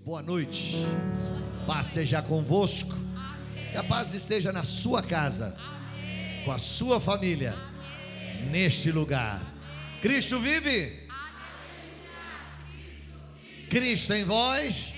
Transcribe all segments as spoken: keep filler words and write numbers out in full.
boa noite. Paz seja convosco. Que a paz esteja na sua casa, com a sua família, neste lugar. Cristo vive. Cristo em vós.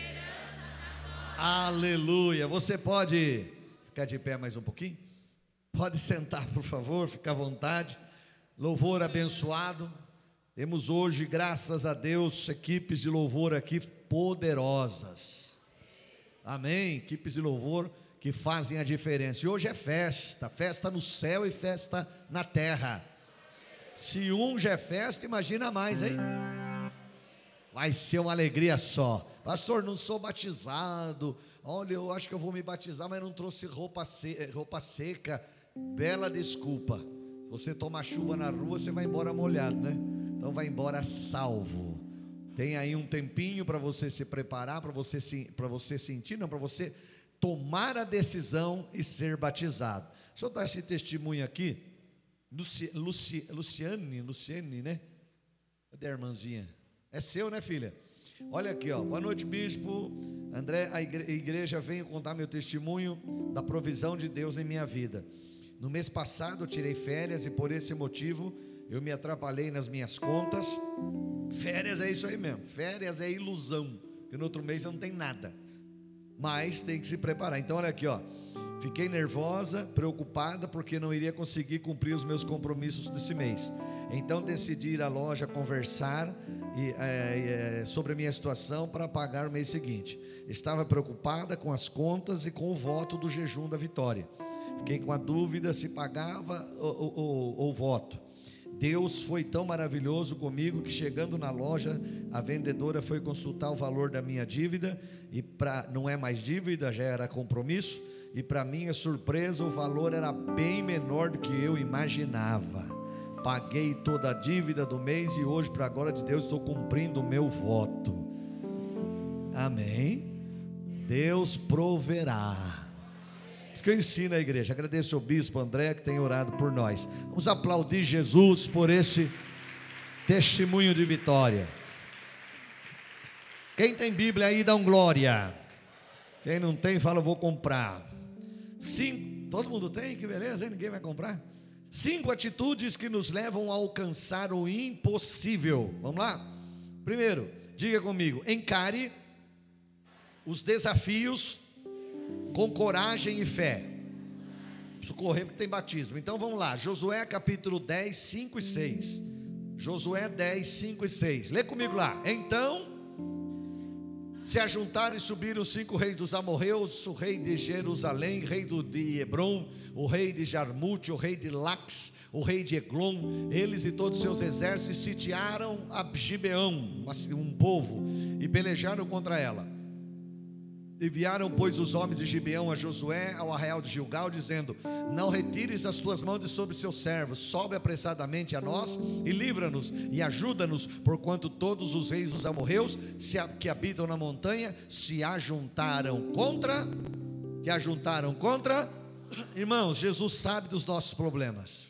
Aleluia. Você pode ficar de pé mais um pouquinho? Pode sentar, por favor, fica à vontade. Louvor abençoado. Temos hoje, graças a Deus, equipes de louvor aqui poderosas. Amém? Equipes de louvor que fazem a diferença. E hoje é festa, festa no céu e festa na terra. Se um já é festa, imagina mais, hein? Vai ser uma alegria só. Pastor, não sou batizado. Olha, eu acho que eu vou me batizar, mas não trouxe roupa, se, roupa seca. Bela desculpa. Se você tomar chuva na rua, você vai embora molhado, né? Então vai embora salvo. Tem aí um tempinho para você se preparar, para você, para você sentir, não, para você tomar a decisão e ser batizado. Deixa eu dar esse testemunho aqui. Luci, Luci, Luciane, Luciane, né? Cadê a irmãzinha? É seu, né, filha? Olha aqui, ó. Boa noite, bispo André, a igreja, venho contar meu testemunho da provisão de Deus em minha vida. No mês passado eu tirei férias e por esse motivo eu me atrapalhei nas minhas contas. Férias é isso aí mesmo, férias é ilusão, porque no outro mês não tem nada, mas tem que se preparar. Então olha aqui, ó. Fiquei nervosa, preocupada, porque não iria conseguir cumprir os meus compromissos desse mês. Então decidi ir à loja conversar e, é, é, sobre a minha situação para pagar o mês seguinte. Estava preocupada com as contas e com o voto do jejum da vitória. Fiquei com a dúvida se pagava ou, ou, ou voto. Deus foi tão maravilhoso comigo que, chegando na loja, a vendedora foi consultar o valor da minha dívida e pra, não é mais dívida, já era compromisso, e para minha surpresa o valor era bem menor do que eu imaginava. Paguei toda a dívida do mês e hoje, para a glória de Deus, estou cumprindo o meu voto. Amém? Deus proverá. Isso que eu ensino à igreja. Agradeço ao bispo André que tem orado por nós. Vamos aplaudir Jesus por esse testemunho de vitória. Quem tem Bíblia aí, dá um glória. Quem não tem, fala, eu vou comprar. Sim, todo mundo tem? Que beleza, hein? Ninguém vai comprar? Cinco atitudes que nos levam a alcançar o impossível. Vamos lá? Primeiro, diga comigo: encare os desafios com coragem e fé. Preciso correr porque tem batismo. Então vamos lá, Josué capítulo dez, cinco e seis. Josué dez, cinco e seis. Lê comigo lá. Então se ajuntaram e subiram os cinco reis dos amorreus, o rei de Jerusalém, rei do, de Hebron, o rei de Jarmute, o rei de Lax, o rei de Eglon. Eles e todos os seus exércitos sitiaram a Gibeão, um povo, e pelejaram contra ela. Enviaram, pois, os homens de Gibeão a Josué ao arraial de Gilgal, dizendo: não retires as tuas mãos de sobre seus servos, sobe apressadamente a nós e livra-nos e ajuda-nos, porquanto todos os reis dos amorreus se, que habitam na montanha se ajuntaram contra, se ajuntaram contra. Irmãos, Jesus sabe dos nossos problemas.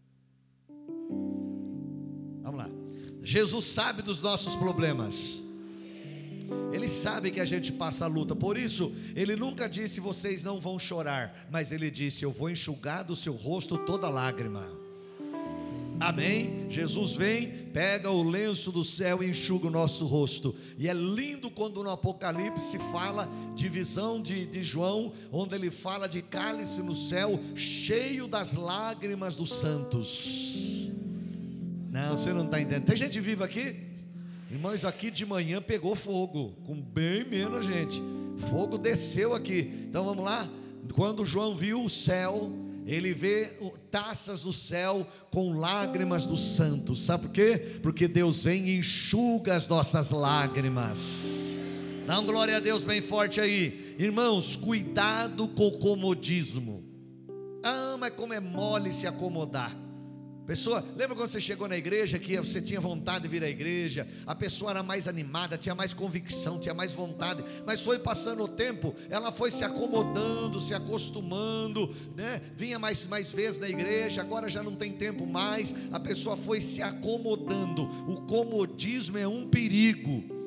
Vamos lá. Jesus sabe dos nossos problemas. Ele sabe que a gente passa a luta. Por isso, Ele nunca disse: vocês não vão chorar. Mas Ele disse: eu vou enxugar do seu rosto toda lágrima. Amém? Jesus vem, pega o lenço do céu e enxuga o nosso rosto. E é lindo quando no Apocalipse fala de visão de, de João, onde ele fala de cálice no céu, cheio das lágrimas dos santos. Não, você não está entendendo. Tem gente viva aqui? Irmãos, aqui de manhã pegou fogo, com bem menos gente. Fogo desceu aqui. Então vamos lá. Quando João viu o céu, ele vê taças no céu com lágrimas dos santos. Sabe por quê? Porque Deus vem e enxuga as nossas lágrimas. Dá um glória a Deus bem forte aí. Irmãos, cuidado com o comodismo. Ah, mas como é mole se acomodar. Pessoa, lembra quando você chegou na igreja, que você tinha vontade de vir à igreja, a pessoa era mais animada, tinha mais convicção, tinha mais vontade, mas foi passando o tempo, ela foi se acomodando, se acostumando, né? Vinha mais, mais vezes na igreja, agora já não tem tempo mais, a pessoa foi se acomodando. O comodismo é um perigo.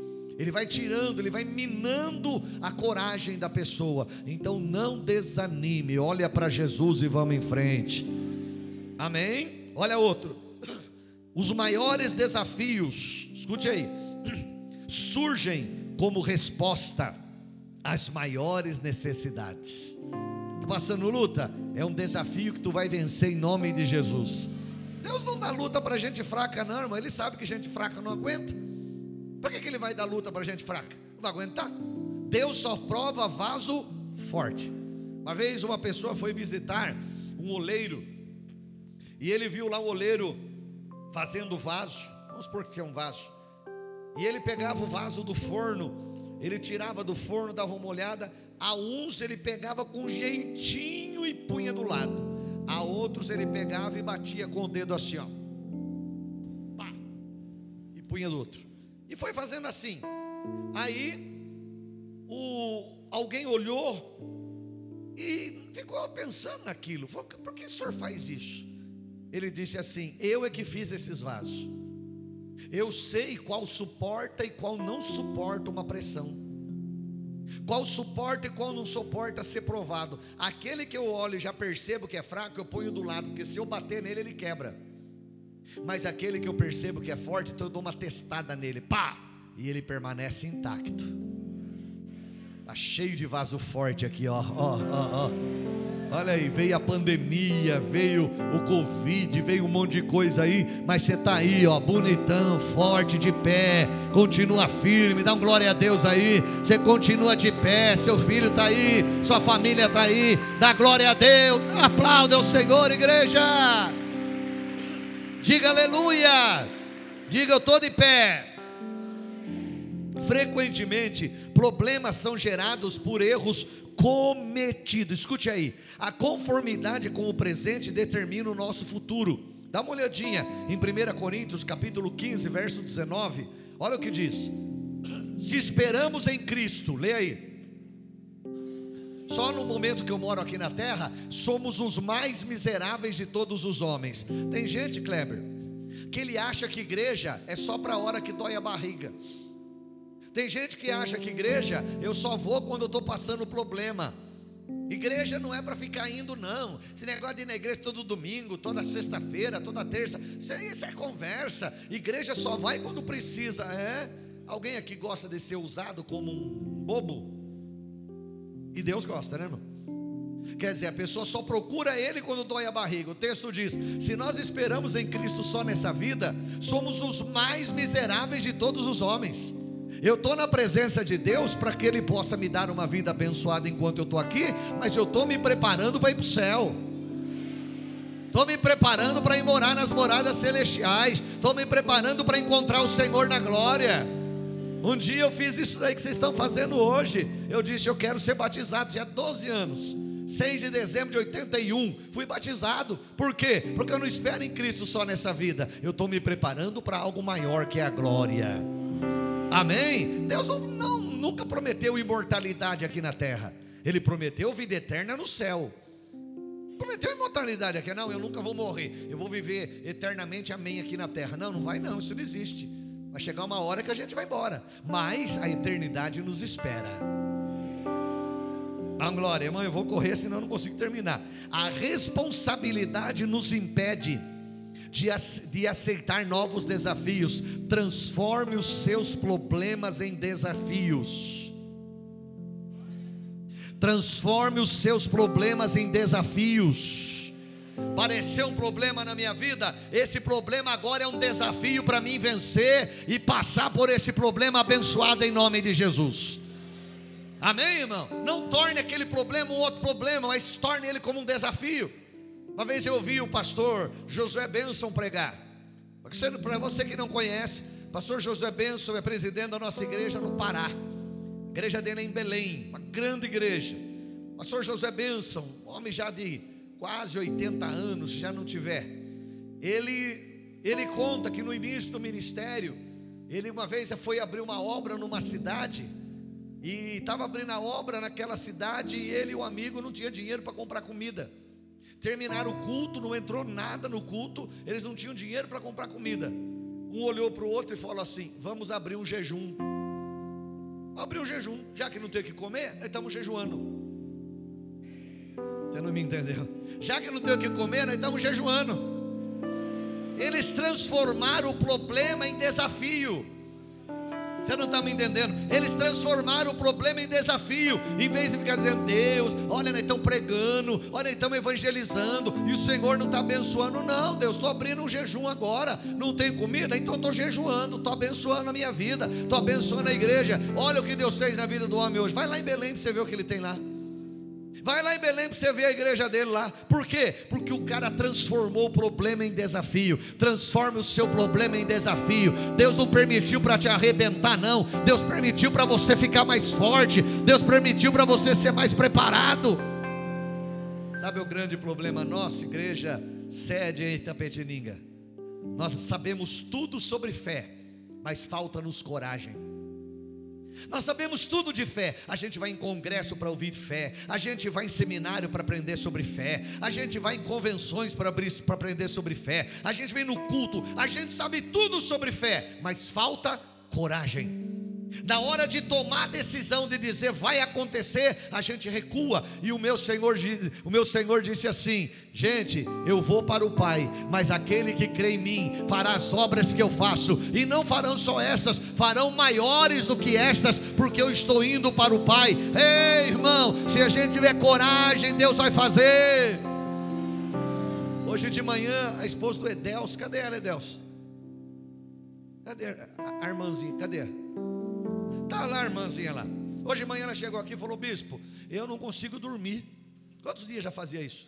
ele vai tirando, ele vai minando a coragem da pessoa. Então não desanime, olha para Jesus e vamos em frente. Amém? Olha outro. Os maiores desafios, escute aí, surgem como resposta às maiores necessidades. Está passando luta? É um desafio que tu vai vencer em nome de Jesus. Deus não dá luta para gente fraca não, irmão. Ele sabe que gente fraca não aguenta. Por que, que ele vai dar luta para gente fraca? Não vai aguentar. Deus só prova vaso forte. Uma vez uma pessoa foi visitar um oleiro, e ele viu lá o oleiro fazendo vaso. Vamos supor que tinha um vaso. E ele pegava o vaso do forno, ele tirava do forno, dava uma olhada. A uns ele pegava com jeitinho e punha do lado. A outros ele pegava e batia com o dedo assim, ó, pá, e punha do outro. E foi fazendo assim. Aí o, alguém olhou e ficou pensando naquilo. Falou: por que o senhor faz isso? Ele disse assim: eu é que fiz esses vasos. Eu sei qual suporta e qual não suporta uma pressão, qual suporta e qual não suporta ser provado. Aquele que eu olho e já percebo que é fraco, eu ponho do lado, porque se eu bater nele, ele quebra. Mas aquele que eu percebo que é forte, então eu dou uma testada nele, pá, e ele permanece intacto. Está cheio de vaso forte aqui, ó, ó, ó, ó. Olha aí, veio a pandemia, veio o Covid, veio um monte de coisa aí, mas você está aí, ó, bonitão, forte, de pé, continua firme, dá um glória a Deus aí, você continua de pé, seu filho está aí, sua família está aí, dá glória a Deus, aplauda o Senhor, igreja, diga aleluia, diga eu estou de pé. Frequentemente, problemas são gerados por erros cometido. Escute aí, a conformidade com o presente determina o nosso futuro. Dá uma olhadinha em primeira Coríntios capítulo quinze, verso dezenove. Olha o que diz: se esperamos em Cristo, leia aí, só no momento que eu moro aqui na terra, somos os mais miseráveis de todos os homens. Tem gente, Kleber, que ele acha que igreja é só para a hora que dói a barriga. Tem gente que acha que igreja, eu só vou quando eu estou passando problema. Igreja não é para ficar indo não. Esse negócio de ir na igreja todo domingo, toda sexta-feira, toda terça, isso, aí, isso é conversa. Igreja só vai quando precisa. É? Alguém aqui gosta de ser usado como um bobo? E Deus gosta, né, irmão? Quer dizer, a pessoa só procura Ele quando dói a barriga. O texto diz: se nós esperamos em Cristo só nessa vida, somos os mais miseráveis de todos os homens. Eu estou na presença de Deus para que Ele possa me dar uma vida abençoada enquanto eu estou aqui, mas eu estou me preparando para ir para o céu. Estou me preparando para ir morar nas moradas celestiais. Estou me preparando para encontrar o Senhor na glória. Um dia eu fiz isso daí que vocês estão fazendo hoje. Eu disse: eu quero ser batizado. Tinha doze anos, seis de dezembro de oitenta e um, fui batizado. Por quê? Porque eu não espero em Cristo só nessa vida. Eu estou me preparando para algo maior, que é a glória. Amém? Deus não, não, nunca prometeu imortalidade aqui na terra. Ele prometeu vida eterna no céu. Prometeu imortalidade aqui. Não, eu nunca vou morrer, eu vou viver eternamente, amém, aqui na terra. Não, não vai não, isso não existe. Vai chegar uma hora que a gente vai embora, mas a eternidade nos espera. Ah, glória, irmão, eu vou correr, senão eu não consigo terminar. A responsabilidade nos impede de, de aceitar novos desafios. Transforme os seus problemas em desafios. Transforme os seus problemas em desafios. Pareceu um problema na minha vida, esse problema agora é um desafio para mim vencer e passar por esse problema abençoado em nome de Jesus. Amém, irmão? Não torne aquele problema um outro problema, mas torne ele como um desafio. Uma vez eu ouvi o pastor Josué Benson pregar. Para você que não conhece, pastor Josué Benson é presidente da nossa igreja no Pará. A igreja dele é em Belém, uma grande igreja. Pastor Josué Benson, homem já de quase oitenta anos, se já não tiver. Ele, ele conta que no início do ministério, ele uma vez foi abrir uma obra numa cidade, e estava abrindo a obra naquela cidade, e ele e o amigo não tinham dinheiro para comprar comida. Terminaram o culto, não entrou nada no culto, eles não tinham dinheiro para comprar comida. Um olhou para o outro e falou assim: vamos abrir um jejum. Abrir um jejum, já que não tem o que comer, nós estamos jejuando. Você não me entendeu? Já que não tem o que comer, nós estamos jejuando. Eles transformaram o problema em desafio. Você não está me entendendo? Eles transformaram o problema em desafio. Em vez de ficar dizendo, Deus, olha, nós estamos pregando, olha, nós estamos evangelizando, e o Senhor não está abençoando. Não, Deus, estou abrindo um jejum agora. Não tem comida? Então estou jejuando, estou abençoando a minha vida, estou abençoando a igreja. Olha o que Deus fez na vida do homem hoje. Vai lá em Belém para você ver o que ele tem lá. Vai lá em Belém para você ver a igreja dele lá. Por quê? Porque o cara transformou o problema em desafio. Transforme o seu problema em desafio. Deus não permitiu para te arrebentar, não. Deus permitiu para você ficar mais forte. Deus permitiu para você ser mais preparado. Sabe o grande problema nosso, igreja sede em Itapetininga? Nós sabemos tudo sobre fé, mas falta-nos coragem. Nós sabemos tudo de fé. A gente vai em congresso para ouvir fé, a gente vai em seminário para aprender sobre fé, a gente vai em convenções para aprender sobre fé, a gente vem no culto, a gente sabe tudo sobre fé, mas falta coragem. Na hora de tomar a decisão de dizer vai acontecer, a gente recua. E o meu Senhor, o meu Senhor disse assim: gente, eu vou para o Pai, mas aquele que crê em mim fará as obras que eu faço, e não farão só essas, farão maiores do que estas, porque eu estou indo para o Pai. Ei, irmão, se a gente tiver coragem, Deus vai fazer. Hoje de manhã, a esposa do Edelso, cadê ela, Edelso? Cadê a irmãzinha? Cadê? Está lá a irmãzinha lá. Hoje de manhã ela chegou aqui e falou: bispo, eu não consigo dormir. Quantos dias já fazia isso?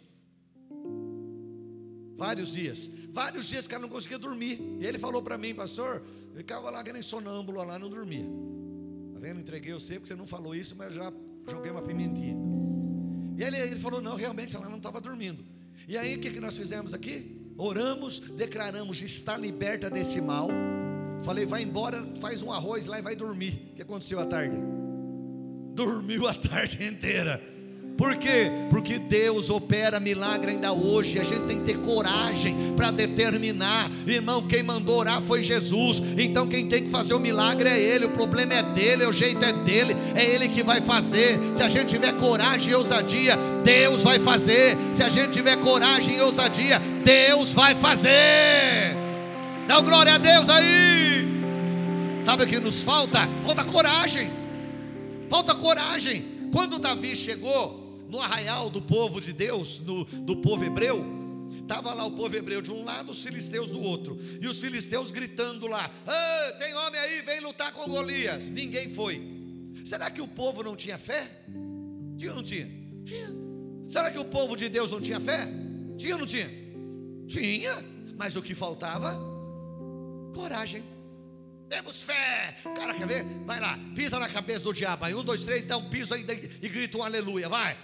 Vários dias. Vários dias que ela não conseguia dormir. E ele falou para mim: pastor, eu ficava lá que nem sonâmbulo lá, não dormia. Tá vendo? Entreguei você porque você não falou isso, mas eu já joguei uma pimentinha. E ele, ele falou: não, realmente ela não estava dormindo. E aí o que, que nós fizemos aqui? Oramos, declaramos: está liberta desse mal. Falei: vai embora, faz um arroz lá e vai dormir. O que aconteceu à tarde? Dormiu a tarde inteira. Por quê? Porque Deus opera milagre ainda hoje. A gente tem que ter coragem para determinar. Irmão, quem mandou orar foi Jesus. Então quem tem que fazer o milagre é Ele. O problema é dele, o jeito é dele. É Ele que vai fazer. Se a gente tiver coragem e ousadia, Deus vai fazer. Se a gente tiver coragem e ousadia, Deus vai fazer. Dá glória a Deus aí. Sabe o que nos falta? Falta coragem. Falta coragem. Quando Davi chegou no arraial do povo de Deus, no, do povo hebreu, estava lá o povo hebreu de um lado, os filisteus do outro, e os filisteus gritando lá: ah, tem homem aí, vem lutar com Golias. Ninguém foi. Será que o povo não tinha fé? Tinha ou não tinha? Tinha. Será que o povo de Deus não tinha fé? Tinha ou não tinha? Tinha. Mas o que faltava? Coragem. Temos fé. Cara, quer ver? Vai lá, pisa na cabeça do diabo aí, um, dois, três, dá um piso aí e grita um aleluia, vai.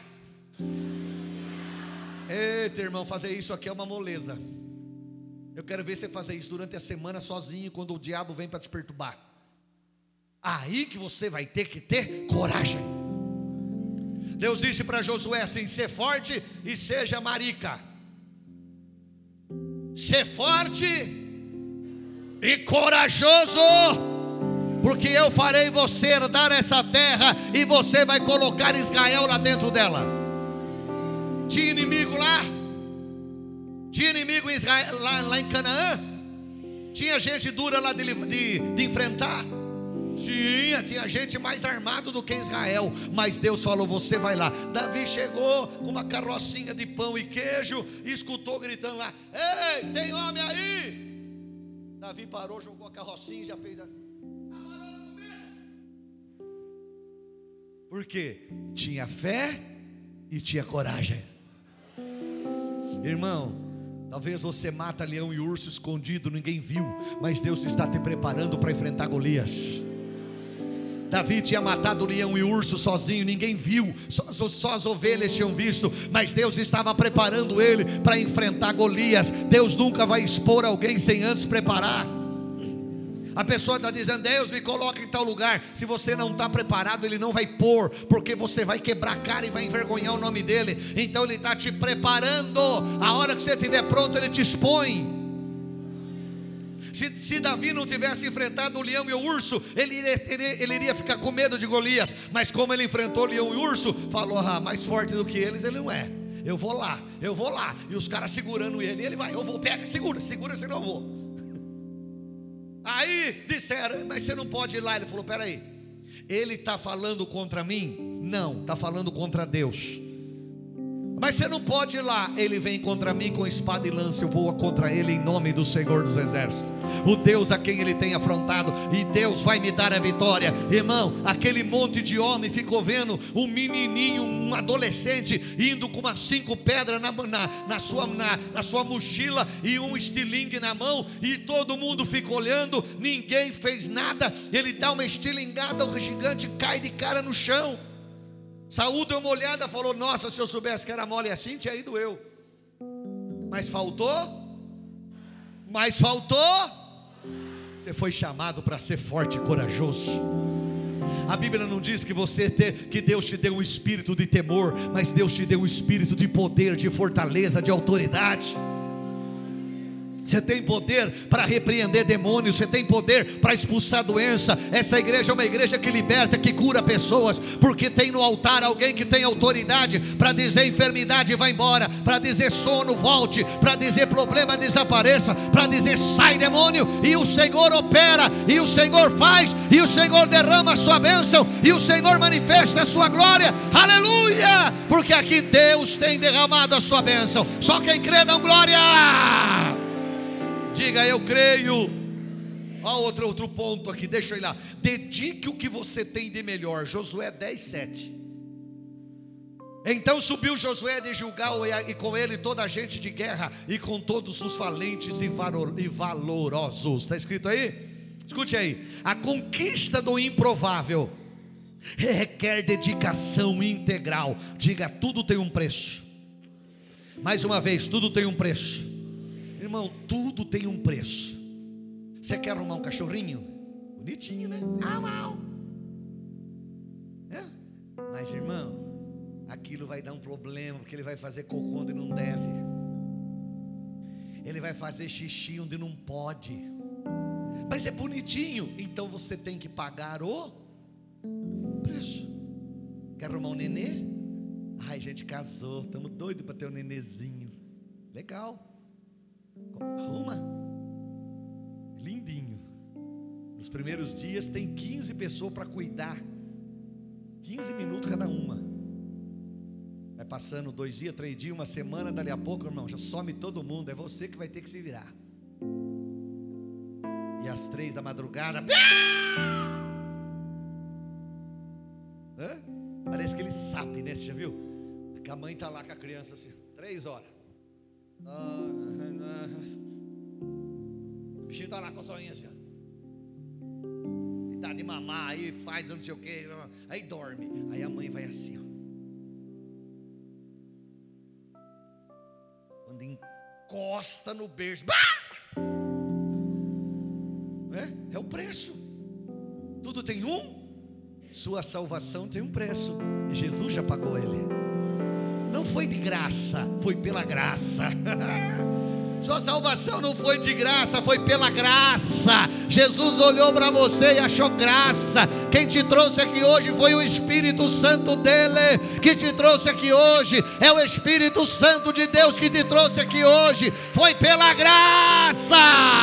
Eita, irmão, fazer isso aqui é uma moleza. Eu quero ver você fazer isso durante a semana sozinho, quando o diabo vem para te perturbar. Aí que você vai ter que ter coragem. Deus disse para Josué assim: ser forte e seja marica. Ser forte e corajoso, porque eu farei você herdar essa terra, e você vai colocar Israel lá dentro dela. Tinha inimigo lá? Tinha inimigo em Israel, lá, lá em Canaã? Tinha gente dura lá de, de, de enfrentar? Tinha, tinha gente mais armado do que Israel. Mas Deus falou: você vai lá. Davi chegou com uma carrocinha de pão e queijo, e escutou gritando lá: ei, tem homem aí? Davi parou, jogou a carrocinha e já fez assim. Por quê? Tinha fé e tinha coragem. Irmão, talvez você mata leão e urso escondido, ninguém viu, mas Deus está te preparando para enfrentar Golias. Davi tinha matado o leão e o urso sozinho, ninguém viu, só, só as ovelhas tinham visto, mas Deus estava preparando ele para enfrentar Golias. Deus nunca vai expor alguém sem antes preparar. A pessoa está dizendo: Deus me coloca em tal lugar. Se você não está preparado, Ele não vai pôr, porque você vai quebrar a cara e vai envergonhar o nome dEle. Então Ele está te preparando. A hora que você estiver pronto, Ele te expõe. Se, se Davi não tivesse enfrentado o leão e o urso, ele iria, ele, ele iria ficar com medo de Golias. Mas como ele enfrentou o leão e o urso, falou: ah, mais forte do que eles ele não é. Eu vou lá, eu vou lá. E os caras segurando ele, ele vai, eu vou, pega, segura, segura, senão eu vou. Aí disseram: mas você não pode ir lá. Ele falou: peraí, ele está falando contra mim? Não, está falando contra Deus. Mas você não pode ir lá. Ele vem contra mim com espada e lança, eu vou contra ele em nome do Senhor dos Exércitos, o Deus a quem ele tem afrontado, e Deus vai me dar a vitória. Irmão, aquele monte de homem ficou vendo um menininho, um adolescente, indo com umas cinco pedras na, na, na, sua, na, na sua mochila e um estilingue na mão, e todo mundo ficou olhando, ninguém fez nada. Ele dá uma estilingada, o gigante cai de cara no chão. Saúl deu uma olhada, falou: nossa, se eu soubesse que era mole assim, tinha ido eu. Mas faltou? Mas faltou? Você foi chamado para ser forte e corajoso. A Bíblia não diz que você ter, que Deus te deu um espírito de temor, mas Deus te deu um espírito de poder, de fortaleza, de autoridade. Você tem poder para repreender demônios, você tem poder para expulsar doença. Essa igreja é uma igreja que liberta, que cura pessoas, porque tem no altar alguém que tem autoridade para dizer enfermidade vai embora, para dizer sono volte, para dizer problema desapareça, para dizer sai demônio, e o Senhor opera, e o Senhor faz, e o Senhor derrama a sua bênção, e o Senhor manifesta a sua glória. Aleluia! Porque aqui Deus tem derramado a sua bênção. Só quem crê dá glória. Diga: eu creio. Ó, outro, outro ponto aqui, deixa eu ir lá. Dedique o que você tem de melhor. Josué dez, sete. Então subiu Josué de Gilgal, e com ele toda a gente de guerra, e com todos os valentes e valorosos. Está escrito aí? Escute aí. A conquista do improvável requer dedicação integral. Diga: tudo tem um preço. Mais uma vez, tudo tem um preço. Irmão, tudo tem um preço. Você quer arrumar um cachorrinho? Bonitinho, né? Au, au. É? Mas, irmão, aquilo vai dar um problema, porque ele vai fazer cocô onde não deve. Ele vai fazer xixi onde não pode. Mas é bonitinho, então você tem que pagar o preço. Quer arrumar um nenê? Ai, gente, casou, estamos doidos para ter um nenezinho. Legal. Arruma. Lindinho. Nos primeiros dias tem quinze pessoas para cuidar. quinze minutos cada uma. Vai passando dois dias, três dias, uma semana, dali a pouco, irmão, já some todo mundo. É você que vai ter que se virar. E às três da madrugada, Hã? Parece que ele sabe, né? Você já viu? Que a mãe está lá com a criança assim, três horas. O bichinho está lá com a soinha assim, ó. E dá de mamar, aí faz não sei o que, aí dorme. Aí a mãe vai assim, ó. Quando encosta no berço, é, é o preço. Tudo tem um. Sua salvação tem um preço, e Jesus já pagou ele. Não foi de graça, foi pela graça. Sua salvação não foi de graça, foi pela graça. Jesus olhou para você e achou graça. Quem te trouxe aqui hoje foi o Espírito Santo dele, que te trouxe aqui hoje. É o Espírito Santo de Deus que te trouxe aqui hoje. Foi pela graça.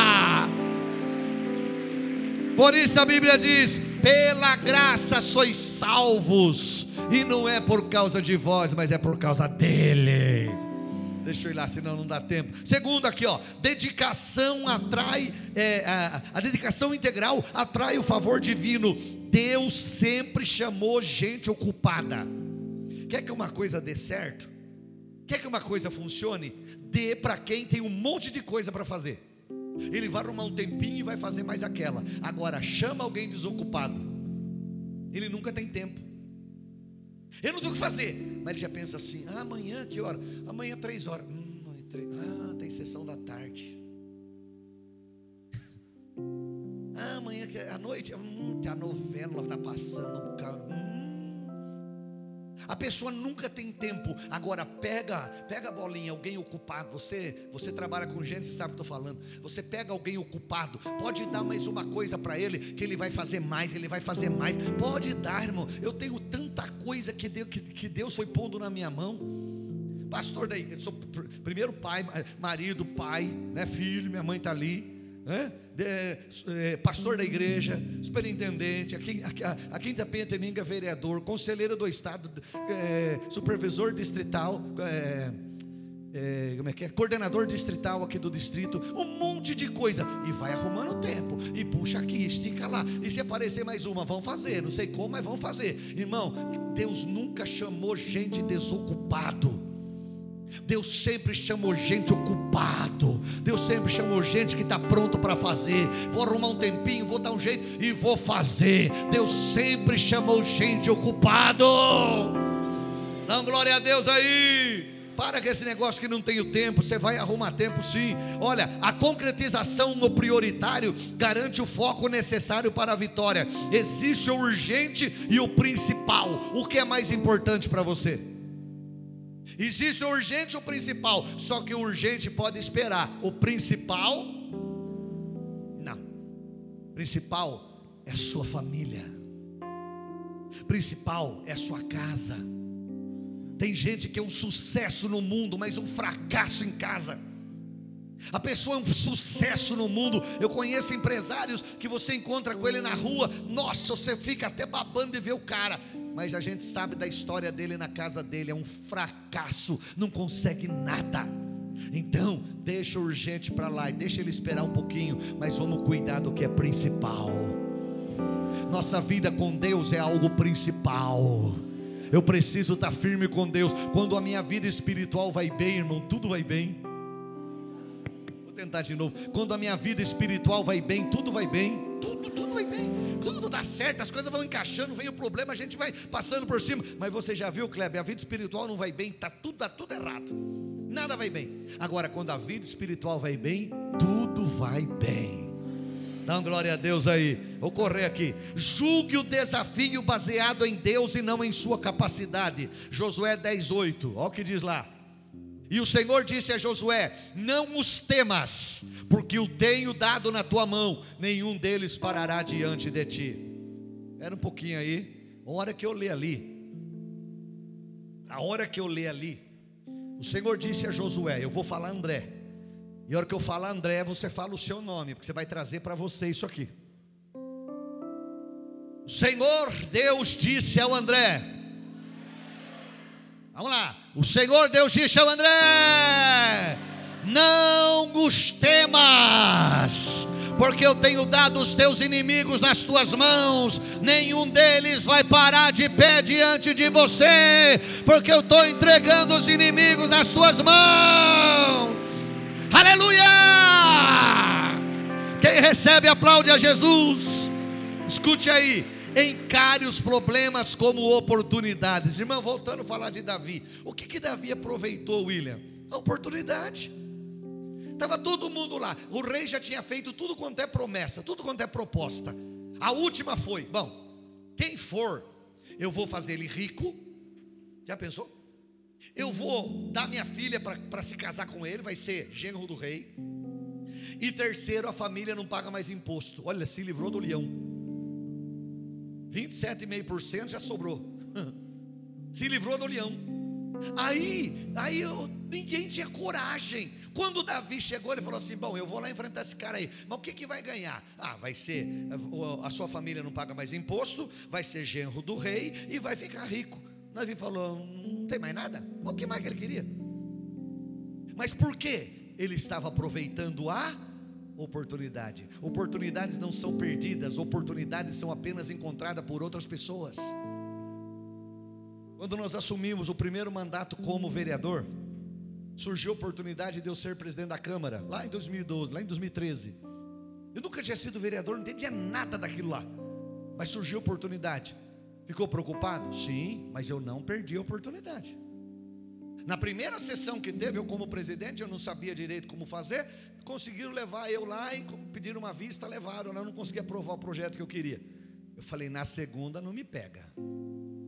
Por isso a Bíblia diz: pela graça sois salvos, e não é por causa de vós, mas é por causa dele. Deixa eu ir lá, senão não dá tempo. Segundo aqui, ó, dedicação atrai, é, a, a dedicação integral atrai o favor divino. Deus sempre chamou gente ocupada. Quer que uma coisa dê certo? Quer que uma coisa funcione? Dê para quem tem um monte de coisa para fazer. Ele vai arrumar um tempinho e vai fazer mais aquela. Agora chama alguém desocupado, ele nunca tem tempo. Eu não tenho o que fazer, mas ele já pensa assim: ah, amanhã que hora? Amanhã três horas. Hum, três. Ah, tem sessão da tarde. Ah, amanhã que à noite, hum, tem a novela está passando. Hum. A pessoa nunca tem tempo. Agora pega, pega a bolinha, alguém ocupado. Você, você trabalha com gente, você sabe o que eu estou falando. Você pega alguém ocupado, pode dar mais uma coisa para ele, que ele vai fazer mais, ele vai fazer mais. Pode dar, irmão. Eu tenho tanta coisa que Deus, que, que Deus foi pondo na minha mão. Pastor da igreja, sou primeiro pai, marido, pai, né, filho, minha mãe está ali. É? De, é, pastor da igreja, superintendente, aqui, aqui, aqui em Itapetininga, vereador, conselheiro do estado, é, supervisor distrital, é, é, como é que é? Coordenador distrital aqui do distrito, um monte de coisa, e vai arrumando o tempo, e puxa aqui, estica lá, e se aparecer mais uma, vão fazer, não sei como, mas vão fazer. Irmão, Deus nunca chamou gente desocupado. Deus sempre chamou gente ocupado. Deus sempre chamou gente que está pronto para fazer. Vou arrumar um tempinho, vou dar um jeito e vou fazer. Deus sempre chamou gente ocupado. Dá glória a Deus aí. Para com esse negócio que não tem o tempo. Você vai arrumar tempo sim. Olha, a concretização no prioritário garante o foco necessário para a vitória. Existe o urgente e o principal. O que é mais importante para você? Existe o urgente e o principal. Só que o urgente pode esperar. O principal, não. O principal é a sua família. O principal é a sua casa. Tem gente que é um sucesso no mundo, mas um fracasso em casa. A pessoa é um sucesso no mundo. Eu conheço empresários que você encontra com ele na rua, nossa, você fica até babando de ver o cara, mas a gente sabe da história dele na casa dele, é um fracasso, não consegue nada. Então deixa o urgente para lá e deixa ele esperar um pouquinho, mas vamos cuidar do que é principal. Nossa vida com Deus é algo principal. Eu preciso estar firme com Deus. Quando a minha vida espiritual vai bem, irmão, tudo vai bem. Tentar de novo. Quando a minha vida espiritual vai bem, tudo vai bem, tudo, tudo vai bem, tudo dá certo, as coisas vão encaixando, vem o problema, a gente vai passando por cima. Mas você já viu, Kleber, a vida espiritual não vai bem, tá tudo, tá tudo errado, nada vai bem. Agora, quando a vida espiritual vai bem, tudo vai bem. Dá uma glória a Deus aí. Vou correr aqui. Julgue o desafio baseado em Deus e não em sua capacidade. Josué dez, oito, olha o que diz lá. E o Senhor disse a Josué: não os temas, porque o tenho dado na tua mão, nenhum deles parará diante de ti. Era um pouquinho aí. A hora que eu ler ali, a hora que eu ler ali, o Senhor disse a Josué: eu vou falar André, e a hora que eu falar André, você fala o seu nome, porque você vai trazer para você isso aqui. O Senhor Deus disse ao André, vamos lá. O Senhor Deus disse ao André: não os temas, porque eu tenho dado os teus inimigos nas tuas mãos, nenhum deles vai parar de pé diante de você, porque eu estou entregando os inimigos nas tuas mãos. Aleluia! Quem recebe aplaude a Jesus. Escute aí. Encare os problemas como oportunidades. Irmão, voltando a falar de Davi, o que que Davi aproveitou, William? A oportunidade. Estava todo mundo lá. O rei já tinha feito tudo quanto é promessa, tudo quanto é proposta. A última foi: bom, quem for, eu vou fazer ele rico. Já pensou? Eu vou dar minha filha para se casar com ele, vai ser genro do rei. E terceiro, a família não paga mais imposto. Olha, se livrou do leão. vinte e sete vírgula cinco por cento já sobrou. Se livrou do leão. Aí, aí eu, ninguém tinha coragem. Quando Davi chegou, ele falou assim: bom, eu vou lá enfrentar esse cara aí. Mas o que que vai ganhar? Ah, vai ser, a sua família não paga mais imposto, vai ser genro do rei e vai ficar rico. Davi falou: não tem mais nada? O que mais que ele queria? Mas por quê? Ele estava aproveitando a oportunidade. Oportunidades não são perdidas, oportunidades são apenas encontradas por outras pessoas. Quando nós assumimos o primeiro mandato como vereador, surgiu a oportunidade de eu ser presidente da Câmara, lá em dois mil e doze, lá em dois mil e treze. Eu nunca tinha sido vereador, não entendia nada daquilo lá, mas surgiu a oportunidade. Ficou preocupado? Sim, mas eu não perdi a oportunidade. Na primeira sessão que teve, eu como presidente, eu não sabia direito como fazer, conseguiram levar eu lá e pediram uma vista, levaram, eu não conseguia aprovar o projeto que eu queria. Eu falei: na segunda não me pega.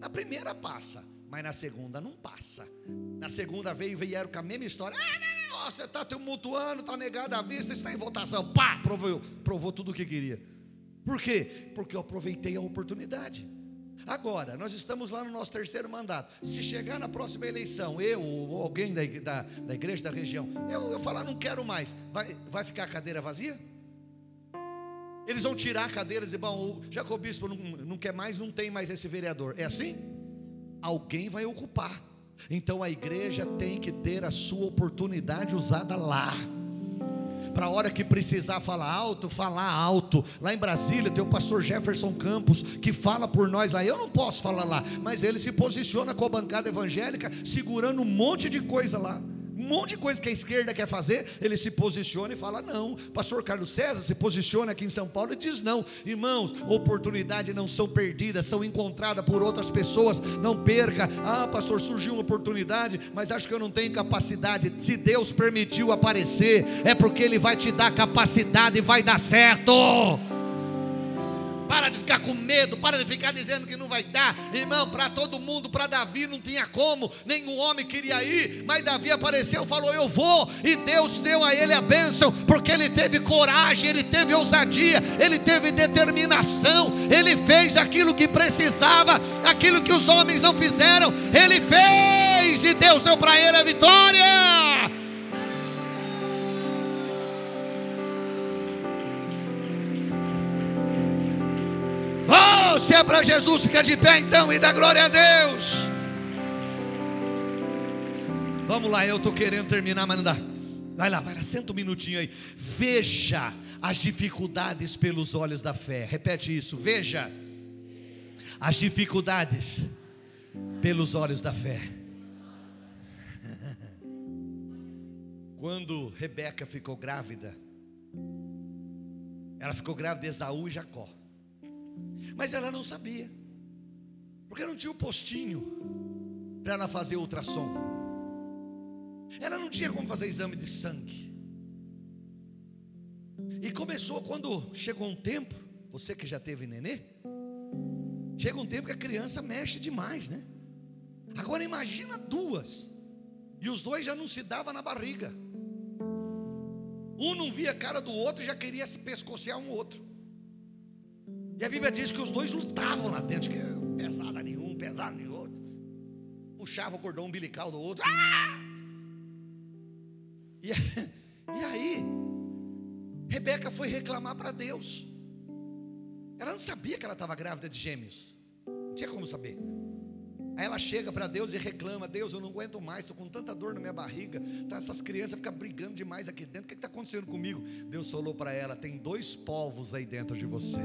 Na primeira passa, mas na segunda não passa. Na segunda veio e vieram com a mesma história. Ah, não, não, você está tumultuando, está negado à vista, está em votação. Pá, provou, provou tudo o que queria. Por quê? Porque eu aproveitei a oportunidade. Agora, nós estamos lá no nosso terceiro mandato. Se chegar na próxima eleição, eu ou alguém da, da, da igreja da região, eu, eu falar não quero mais, vai, vai ficar a cadeira vazia? Eles vão tirar a cadeira e dizer, bom, já que o bispo não, não quer mais, não tem mais esse vereador. É assim? Alguém vai ocupar. Então a igreja tem que ter a sua oportunidade usada lá. Para a hora que precisar falar alto, falar alto. Lá em Brasília tem o pastor Jefferson Campos, que fala por nós lá. Eu não posso falar lá, mas ele se posiciona com a bancada evangélica, segurando um monte de coisa lá. Um monte de coisa que a esquerda quer fazer, ele se posiciona e fala não. Pastor Carlos César se posiciona aqui em São Paulo e diz não. Irmãos, oportunidades não são perdidas, são encontradas por outras pessoas. Não perca. Ah, pastor, surgiu uma oportunidade, mas acho que eu não tenho capacidade. Se Deus permitiu aparecer, é porque Ele vai te dar capacidade e vai dar certo. Para de ficar com medo, para de ficar dizendo que não vai dar. Irmão, para todo mundo, para Davi não tinha como, nenhum homem queria ir, mas Davi apareceu e falou, eu vou, e Deus deu a ele a bênção, porque ele teve coragem, ele teve ousadia, ele teve determinação, ele fez aquilo que precisava, aquilo que os homens não fizeram, ele fez, e Deus deu para ele a vitória. Se é para Jesus, fica de pé então e dá glória a Deus. Vamos lá, eu estou querendo terminar, mas não dá. Vai lá, vai lá, senta um minutinho aí. Veja as dificuldades pelos olhos da fé. Repete isso, veja as dificuldades pelos olhos da fé. Quando Rebeca ficou grávida, ela ficou grávida de Esaú e Jacó. Mas ela não sabia, porque não tinha o postinho para ela fazer ultrassom. Ela não tinha como fazer exame de sangue. E começou quando chegou um tempo, você que já teve nenê, chega um tempo que a criança mexe demais, né? Agora imagina duas, e os dois já não se davam na barriga. Um não via a cara do outro e já queria se pescocear um outro. E a Bíblia diz que os dois lutavam lá dentro, que pesada nenhum, pesado nenhum outro. Puxava o cordão umbilical do outro. Ah! E, e aí, Rebeca foi reclamar para Deus. Ela não sabia que ela estava grávida de gêmeos. Não tinha como saber. Aí ela chega para Deus e reclama, Deus, eu não aguento mais, estou com tanta dor na minha barriga, tá, essas crianças ficam brigando demais aqui dentro, o que está acontecendo comigo? Deus falou para ela, tem dois povos aí dentro de você.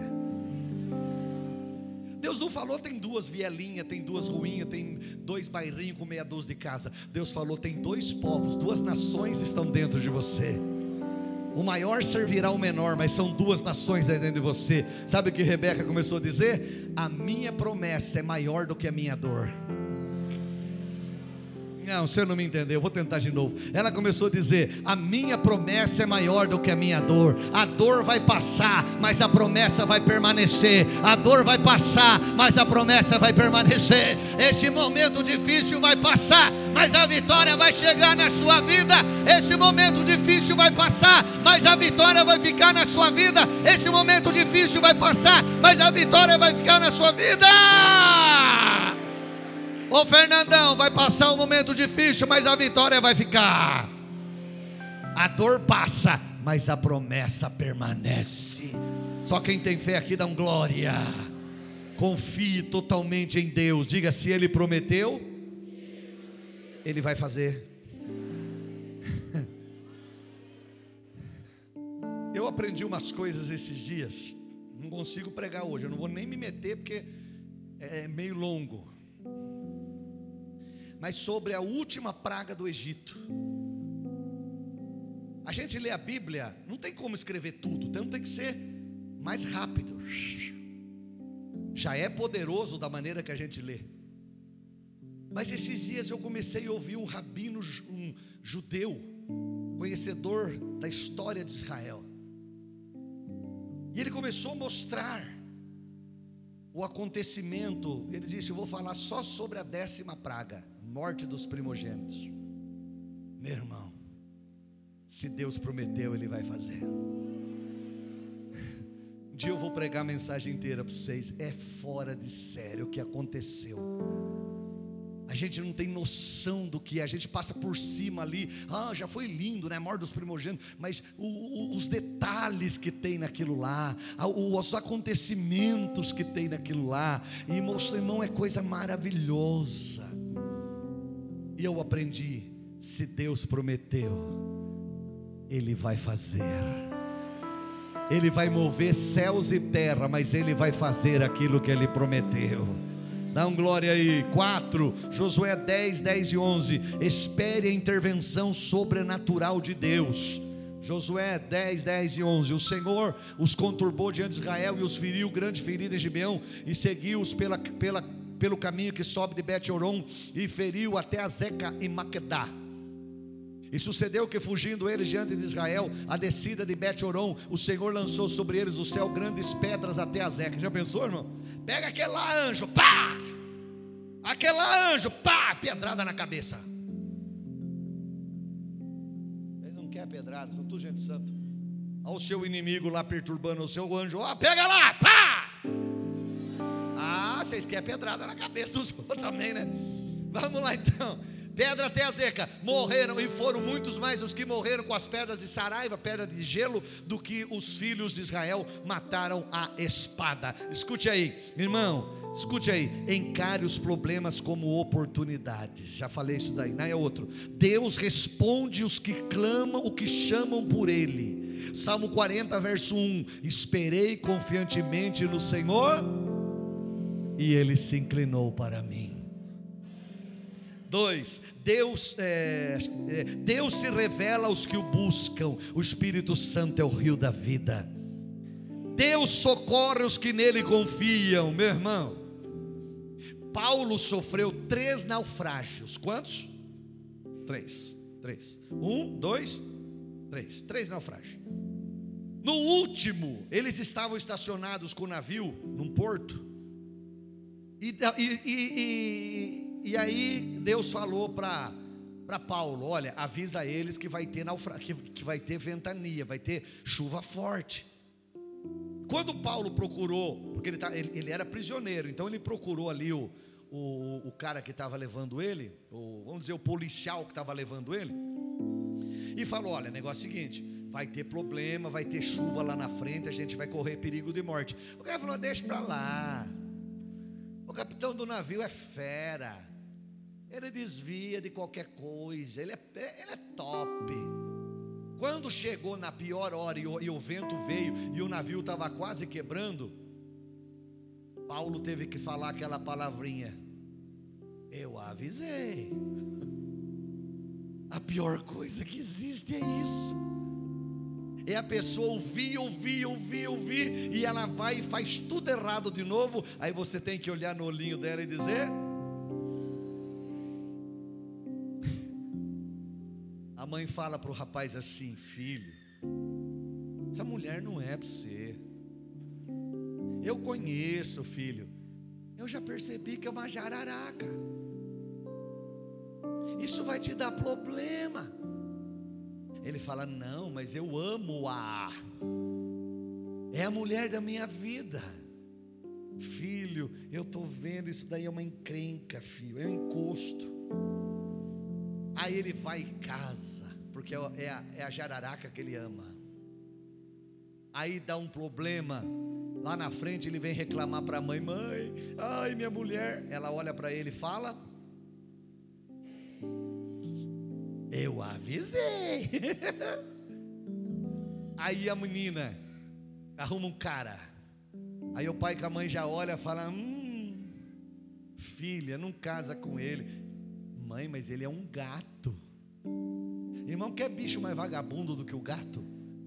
Deus não falou tem duas vielinhas, tem duas ruinhas, tem dois bairrinhos com meia dúzia de casa. Deus falou tem dois povos, duas nações estão dentro de você. O maior servirá ao menor, mas são duas nações dentro de você. Sabe o que Rebeca começou a dizer? A minha promessa é maior do que a minha dor. Não, você não me entendeu, eu vou tentar de novo. Ela começou a dizer, a minha promessa é maior do que a minha dor. A dor vai passar, mas a promessa vai permanecer. A dor vai passar, mas a promessa vai permanecer. Esse momento difícil vai passar, mas a vitória vai chegar na sua vida. Esse momento difícil vai passar, mas a vitória vai ficar na sua vida. Esse momento difícil vai passar, mas a vitória vai ficar na sua vida. Ô Fernandão, vai passar um momento difícil, mas a vitória vai ficar. A dor passa, mas a promessa permanece. Só quem tem fé aqui dá um glória. Confie totalmente em Deus. Diga, se Ele prometeu, Ele vai fazer. Eu aprendi umas coisas esses dias. Não consigo pregar hoje, eu não vou nem me meter porque é meio longo. Mas sobre a última praga do Egito. A gente lê a Bíblia, não tem como escrever tudo, então tem que ser mais rápido. Já é poderoso da maneira que a gente lê. Mas esses dias eu comecei a ouvir um rabino, um judeu, conhecedor da história de Israel. E ele começou a mostrar o acontecimento, ele disse: eu vou falar só sobre a décima praga, morte dos primogênitos. Meu irmão, se Deus prometeu, Ele vai fazer. Um dia eu vou pregar a mensagem inteira para vocês. É fora de sério o que aconteceu. A gente não tem noção do que é. A gente passa por cima ali. Ah, já foi lindo, né? Morte dos primogênitos. Mas o, o, os detalhes que tem naquilo lá, os acontecimentos que tem naquilo lá, e irmão, irmão, é coisa maravilhosa. E eu aprendi: se Deus prometeu, Ele vai fazer. Ele vai mover céus e terra, mas Ele vai fazer aquilo que Ele prometeu. Dá um glória aí. Quatro, Josué dez, dez e onze. Espere a intervenção sobrenatural de Deus. Josué dez, dez e onze. O Senhor os conturbou diante de Israel e os feriu, grande ferida em Gibeão, e seguiu-os pela, pela, pelo caminho que sobe de Bet-Horon, e feriu até Azeca e Maquedá. E sucedeu que, fugindo eles diante de Israel, a descida de Bet-Horon, o Senhor lançou sobre eles do céu grandes pedras até Azeca. Já pensou, irmão? Pega aquele lá, anjo, pá! Aquele lá, anjo, pá! Pedrada na cabeça. Eles não querem pedrada, são tudo gente santa. Olha o seu inimigo lá perturbando o seu anjo. Ó, pega lá, pá! Ah, vocês querem pedrada na cabeça dos outros também, né? Vamos lá então. Pedra até Azeca, morreram, e foram muitos mais os que morreram com as pedras de Saraiva, pedra de gelo, do que os filhos de Israel mataram a espada. Escute aí, irmão, escute aí. Encare os problemas como oportunidades. Já falei isso daí, não é outro. Deus responde os que clamam, o que chamam por Ele. Salmo quarenta, verso um. Esperei confiantemente no Senhor, e Ele se inclinou para mim. Dois, Deus, é, é, Deus se revela aos que o buscam. O Espírito Santo é o rio da vida. Deus socorre os que nele confiam. Meu irmão, Paulo sofreu três naufrágios. Quantos? Três, três. Um, dois, três. Três naufrágios. No último, eles estavam estacionados com o navio num porto. E, e, e, e E aí Deus falou para para Paulo: olha, avisa eles que vai ter naufra, que, que vai ter ventania, vai ter chuva forte. Quando Paulo procurou, porque ele, tá, ele, ele era prisioneiro, então ele procurou ali o, o, o cara que estava levando ele, o, vamos dizer, o policial que estava levando ele, e falou: olha, negócio é o seguinte, vai ter problema, vai ter chuva lá na frente, a gente vai correr perigo de morte. O cara falou: deixa para lá, o capitão do navio é fera, ele desvia de qualquer coisa, ele é, ele é top. Quando chegou na pior hora e o, e o vento veio e o navio estava quase quebrando, Paulo teve que falar aquela palavrinha: eu avisei. A pior coisa que existe é isso. É a pessoa ouvir, ouvir, ouvir, ouvir, e ela vai e faz tudo errado de novo. Aí você tem que olhar no olhinho dela e dizer: a mãe fala para o rapaz assim: filho, essa mulher não é para você. Eu conheço, filho, eu já percebi que é uma jararaca. Isso vai te dar problema. Ele fala: não, mas eu amo-a, é a mulher da minha vida. Filho, eu estou vendo, isso daí é uma encrenca, filho, é um encosto. Aí ele vai e casa, porque é a, é a jararaca que ele ama. Aí dá um problema, lá na frente ele vem reclamar para a mãe: mãe, ai minha mulher. Ela olha para ele e fala: eu avisei. Aí a menina arruma um cara. Aí o pai com a mãe já olha e fala: hum, filha, não casa com ele. Mãe, mas ele é um gato. Irmão, quer bicho mais vagabundo do que o gato?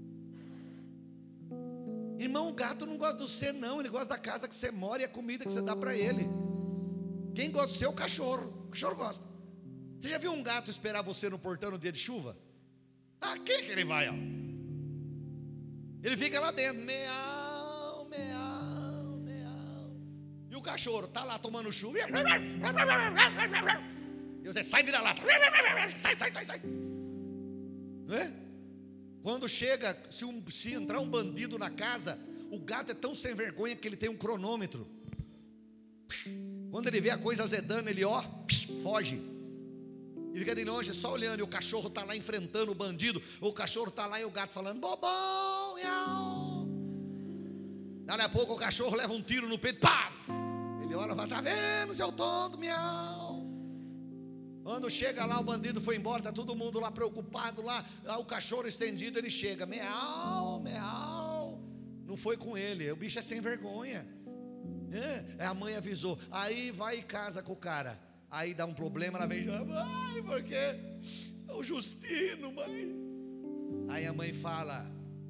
Irmão, o gato não gosta de você não, ele gosta da casa que você mora e a comida que você dá para ele. Quem gosta do seu é o cachorro. O cachorro gosta. Você já viu um gato esperar você no portão no dia de chuva? Ah, quem que ele vai, ó? Ele fica lá dentro, meau, meau, meau. cachorro está lá tomando chuva. E você sai, vira lata. Sai, sai, sai, sai. Não é? Quando chega, se, um, se entrar um bandido na casa, o gato é tão sem vergonha que ele tem um cronômetro. Quando ele vê a coisa azedando, ele ó, foge. E fica de longe só olhando. E o cachorro está lá enfrentando o bandido. O cachorro está lá e o gato falando: bobão, miau. Daqui a pouco o cachorro leva um tiro no peito. Pá! Ele olha e fala: tá vendo, seu tonto, miau. Quando chega lá, o bandido foi embora, está todo mundo lá preocupado lá, lá o cachorro estendido, ele chega, miau, miau. Não foi com ele, o bicho é sem vergonha. É, a mãe avisou. Aí vai e casa com o cara. Aí dá um problema, ela vem, ai, porque o Justino, mãe. Aí a mãe fala: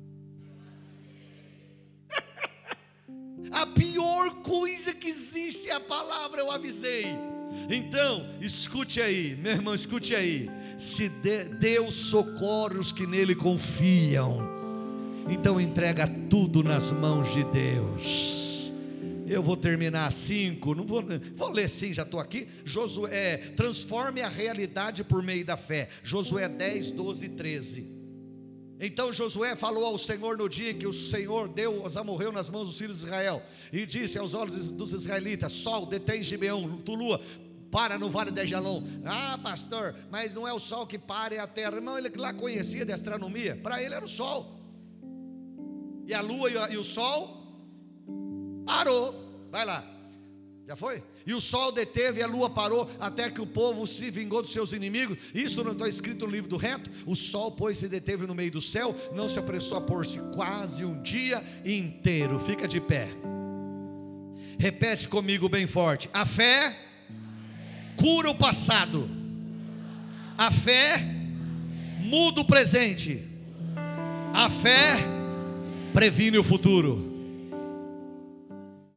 a pior coisa que existe é a palavra eu avisei. Então, escute aí, meu irmão, escute aí. Se Deus socorre os que nele confiam, então entrega tudo nas mãos de Deus. Eu vou terminar cinco, não vou, vou ler sim, já estou aqui. Josué, transforme a realidade por meio da fé. Josué dez, doze e treze. Então Josué falou ao Senhor no dia que o Senhor Deus morreu nas mãos dos filhos de Israel, e disse aos olhos dos israelitas: sol, detém Gibeão, tu lua, para no vale de Ajalon. Ah, pastor, mas não é o sol que para, é a terra. Irmão, ele lá conhecia de astronomia, para ele era o sol. E a lua e, a, e o sol parou. Vai lá, já foi? E o sol deteve e a lua parou, até que o povo se vingou dos seus inimigos. Isso não está escrito no livro do reto? O sol, pois, se deteve no meio do céu, não se apressou a pôr-se, quase um dia inteiro. Fica de pé, repete comigo bem forte: a fé cura o passado, a fé muda o presente, a fé previne o futuro.